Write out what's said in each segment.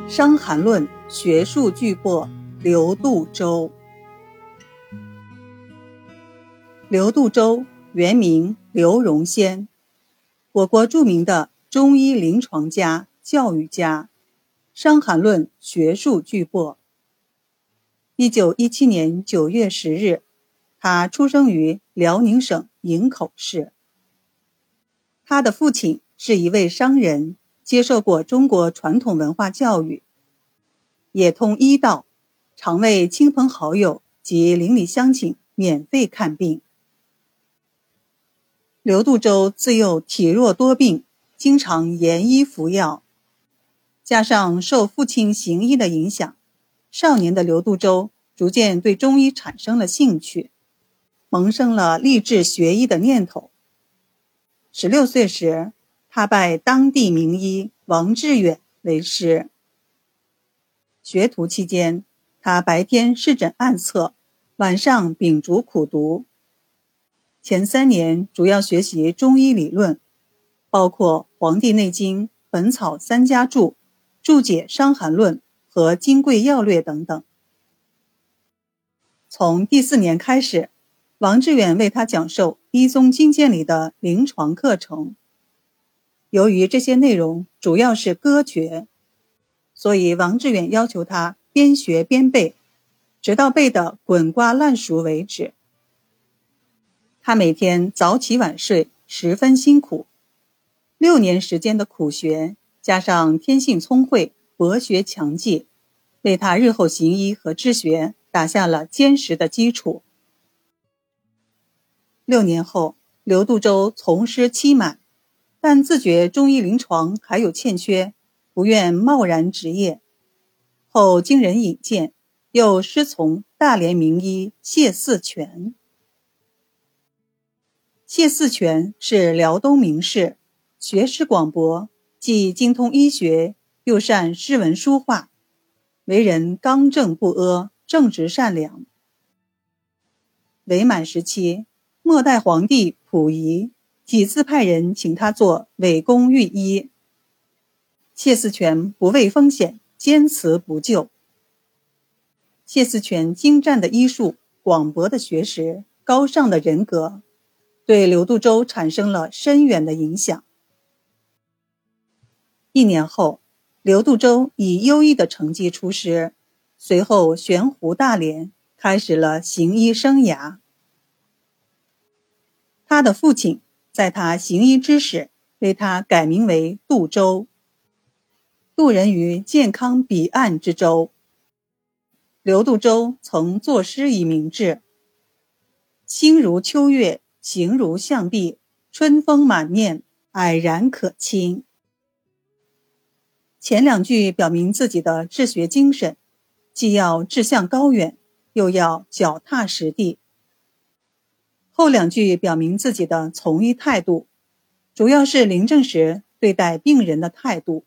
伤寒论》学术巨擘刘杜周。刘杜周原名刘荣先，我国著名的中医临床家、教育家，伤寒论学术巨擘。1917年9月10日，他出生于辽宁省营口市。他的父亲是一位商人，接受过中国传统文化教育，也通医道，常为亲朋好友及邻里乡亲免费看病。刘杜周自幼体弱多病，经常延医服药，加上受父亲行医的影响，少年的刘杜周逐渐对中医产生了兴趣，萌生了立志学医的念头。16岁时，他拜当地名医王致远为师。学徒期间，他白天施诊暗测，晚上秉烛苦读。前3年主要学习中医理论，包括《黄帝内经》《本草三家注》、注解《伤寒论》和《金匮要略》等等。从第4年开始，王致远为他讲授医宗经鉴里的临床课程。由于这些内容主要是歌诀，所以王致远要求他边学边背，直到背得滚瓜烂熟为止。他每天早起晚睡，十分辛苦。6年时间的苦学，加上天性聪慧、博学强记，为他日后行医和治学打下了坚实的基础。6年后，刘杜周从师期满，但自觉中医临床还有欠缺，不愿贸然执业。后经人引荐，又师从大连名医谢嗣全。谢嗣全是辽东名士，学识广博，既精通医学，又善诗文书画，为人刚正不阿，正直善良。伪满时期，末代皇帝溥仪几次派人请他做伪公御医，谢嗣全不畏风险，坚持不就。谢嗣全精湛的医术、广博的学识、高尚的人格，对刘杜周产生了深远的影响。1年后，刘杜周以优异的成绩出师，随后悬壶大连，开始了行医生涯。他的父亲在他行医之时，为他改名为杜周，渡人于健康彼岸之舟。刘杜周曾作诗以明志：心如秋月，形如象壁，春风满面，蔼然可亲。前2句表明自己的治学精神，既要志向高远，又要脚踏实地。后2句表明自己的从医态度，主要是临症时对待病人的态度。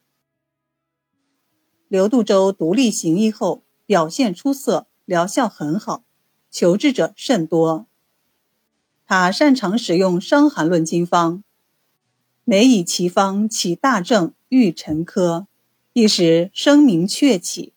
刘杜周独立行医后，表现出色，疗效很好，求治者甚多。他擅长使用伤寒论经方，每以其方起大症，愈沉疴，一时声名鹊起。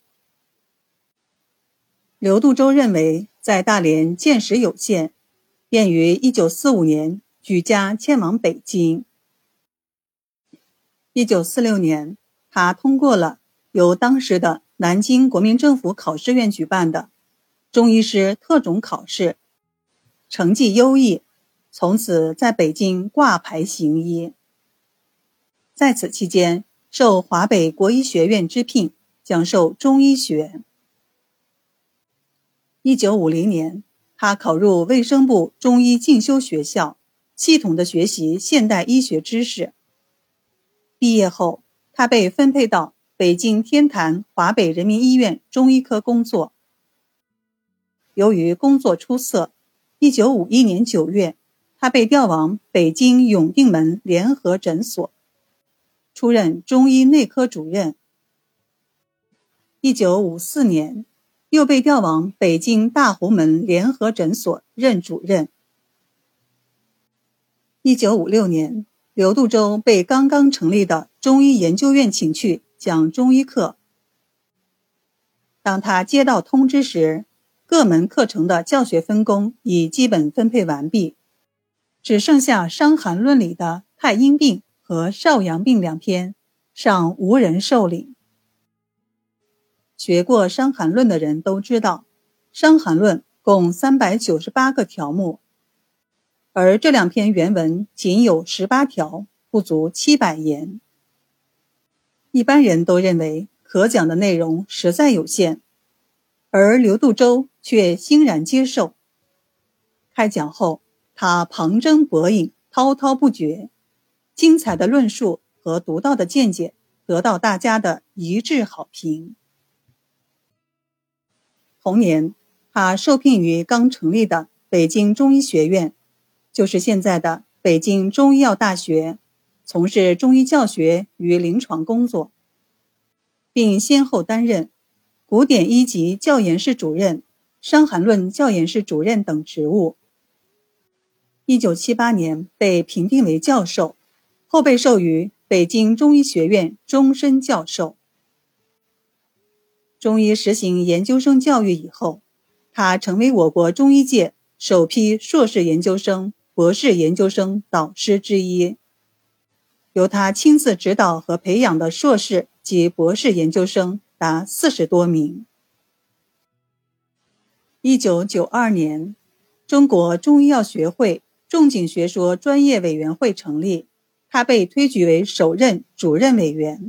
刘杜周认为在大连见识有限，便于1945年举家迁往北京。1946年，他通过了由当时的南京国民政府考试院举办的中医师特种考试，成绩优异，从此在北京挂牌行医。在此期间，受华北国医学院之聘，讲授中医学。1950年，他考入卫生部中医进修学校，系统地学习现代医学知识。毕业后，他被分配到北京天坛华北人民医院中医科工作。由于工作出色，1951年9月，他被调往北京永定门联合诊所，出任中医内科主任。1954年，又被调往北京大红门联合诊所任主任。1956年，刘杜周被刚刚成立的中医研究院请去讲中医课， 当他接到通知时，各门课程的教学分工已基本分配完毕，只剩下《伤寒论》里的太阴病和少阳病2篇尚无人受领。学过《伤寒论》的人都知道，《伤寒论》共398个条目，而这2篇原文仅有18条，不足700言。一般人都认为可讲的内容实在有限，而刘度洲却欣然接受。开讲后，他旁征博引，滔滔不绝，精彩的论述和独到的见解得到大家的一致好评。同年，他受聘于刚成立的北京中医学院，就是现在的北京中医药大学，从事中医教学与临床工作，并先后担任古典医籍教研室主任、伤寒论教研室主任等职务。1978年被评定为教授，后被授予北京中医学院终身教授。中医实行研究生教育以后，他成为我国中医界首批硕士研究生、博士研究生导师之一。由他亲自指导和培养的硕士及博士研究生达40多名。1992年，中国中医药学会仲景学说专业委员会成立，他被推举为首任主任委员。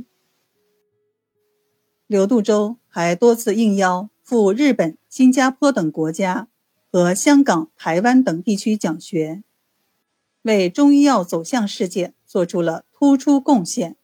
刘度洲还多次应邀赴日本、新加坡等国家和香港、台湾等地区讲学，为中医药走向世界做出了突出贡献。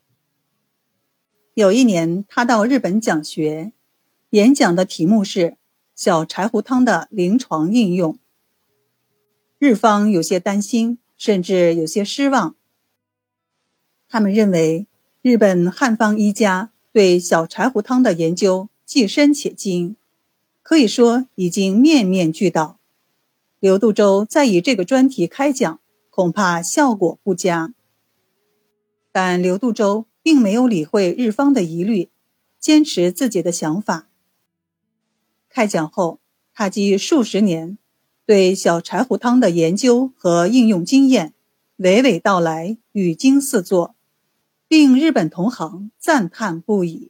有一年，他到日本讲学，演讲的题目是小柴胡汤的临床应用。日方有些担心，甚至有些失望。他们认为日本汉方医家对小柴胡汤的研究既深且精，可以说已经面面俱到。刘度洲再以这个专题开讲，恐怕效果不佳。但刘度洲并没有理会日方的疑虑，坚持自己的想法。开讲后，他积数十年对小柴胡汤的研究和应用经验娓娓道来，语惊四座，令日本同行赞叹不已。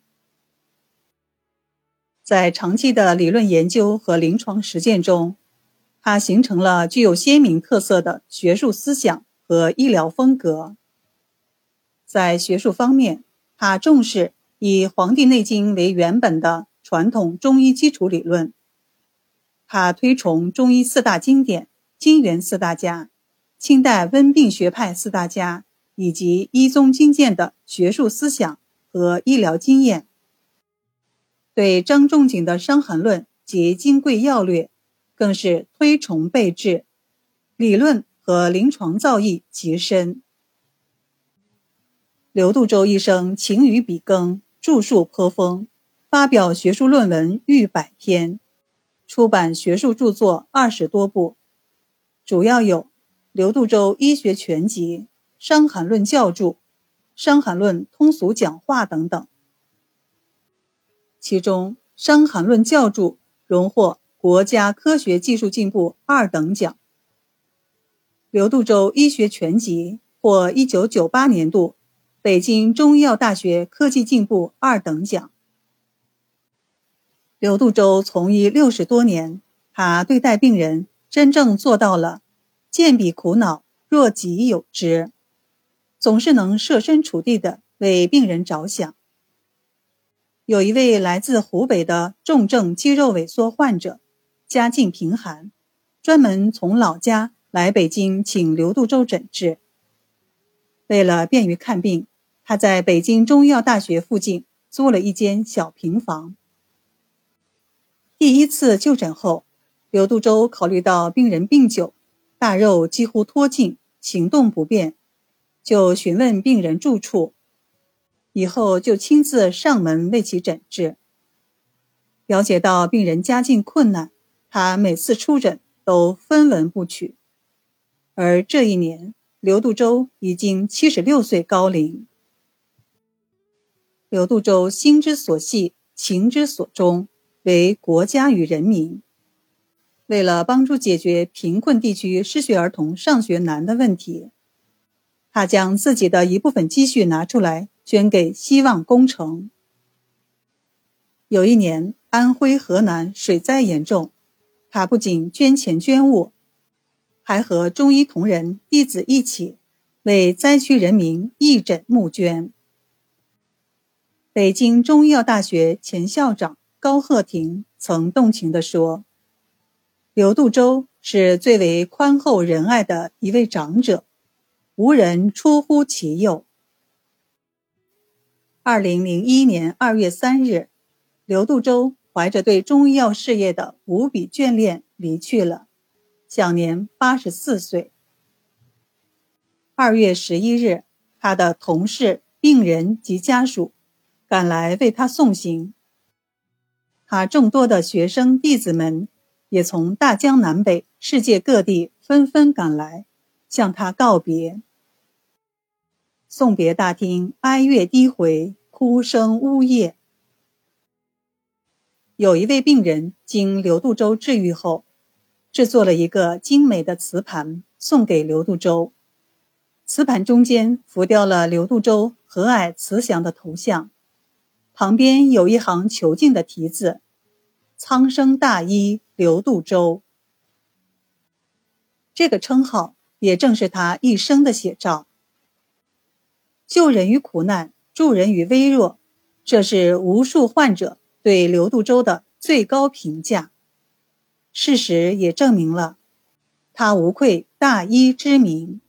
在长期的理论研究和临床实践中，他形成了具有鲜明特色的学术思想和医疗风格。在学术方面，他重视以《黄帝内经》为原本的传统中医基础理论。他推崇中医4大经典、金元4大家、清代温病学派4大家以及医宗经鉴的学术思想和医疗经验。对张仲景的《伤寒论》及《金匮要略》更是推崇备至，理论和临床造诣极深。刘度洲一生勤于笔耕，著述颇丰，发表学术论文逾100篇，出版学术著作20多部，主要有《刘度洲医学全集》、《伤寒论教注》、《伤寒论通俗讲话》等等。其中《伤寒论教注》荣获国家科学技术进步2等奖。刘度洲医学全集获1998年度北京中医药大学科技进步2等奖。刘度洲从医60多年，他对待病人真正做到了见彼苦恼，若己有之，总是能设身处地地为病人着想。有一位来自湖北的重症肌肉萎缩患者，家境贫寒，专门从老家来北京请刘度洲诊治。为了便于看病，他在北京中医药大学附近租了一间小平房。第一次就诊后，刘度洲考虑到病人病久，大肉几乎脱尽，行动不便，就询问病人住处，以后就亲自上门为其诊治。了解到病人家境困难，他每次出诊都分文不取。而这一年，刘度洲已经76岁高龄。刘度洲心之所系，情之所钟， 为国家与人民。为了帮助解决贫困地区失学儿童上学难的问题，他将自己的一部分积蓄拿出来捐给希望工程。有一年，安徽、河南水灾严重，他不仅捐钱捐物，还和中医同仁弟子一起为灾区人民义诊募捐。北京中医药大学前校长高鹤亭曾动情地说，刘杜洲是最为宽厚仁爱的一位长者，无人出乎其右。2001年2月3日，刘杜洲怀着对中医药事业的无比眷恋离去了，享年84岁。2月11日，他的同事、病人及家属赶来为他送行，他众多的学生弟子们也从大江南北、世界各地纷纷赶来，向他告别。送别大厅哀乐低回，哭声呜咽。有一位病人经刘杜洲治愈后，制作了一个精美的瓷盘送给刘杜洲。瓷盘中间浮雕了刘杜洲和蔼慈祥的头像，旁边有一行遒劲的题字：苍生大医刘杜洲。这个称号也正是他一生的写照。救人于苦难，助人于微弱，这是无数患者对刘杜洲的最高评价。事实也证明了，他无愧大医之名。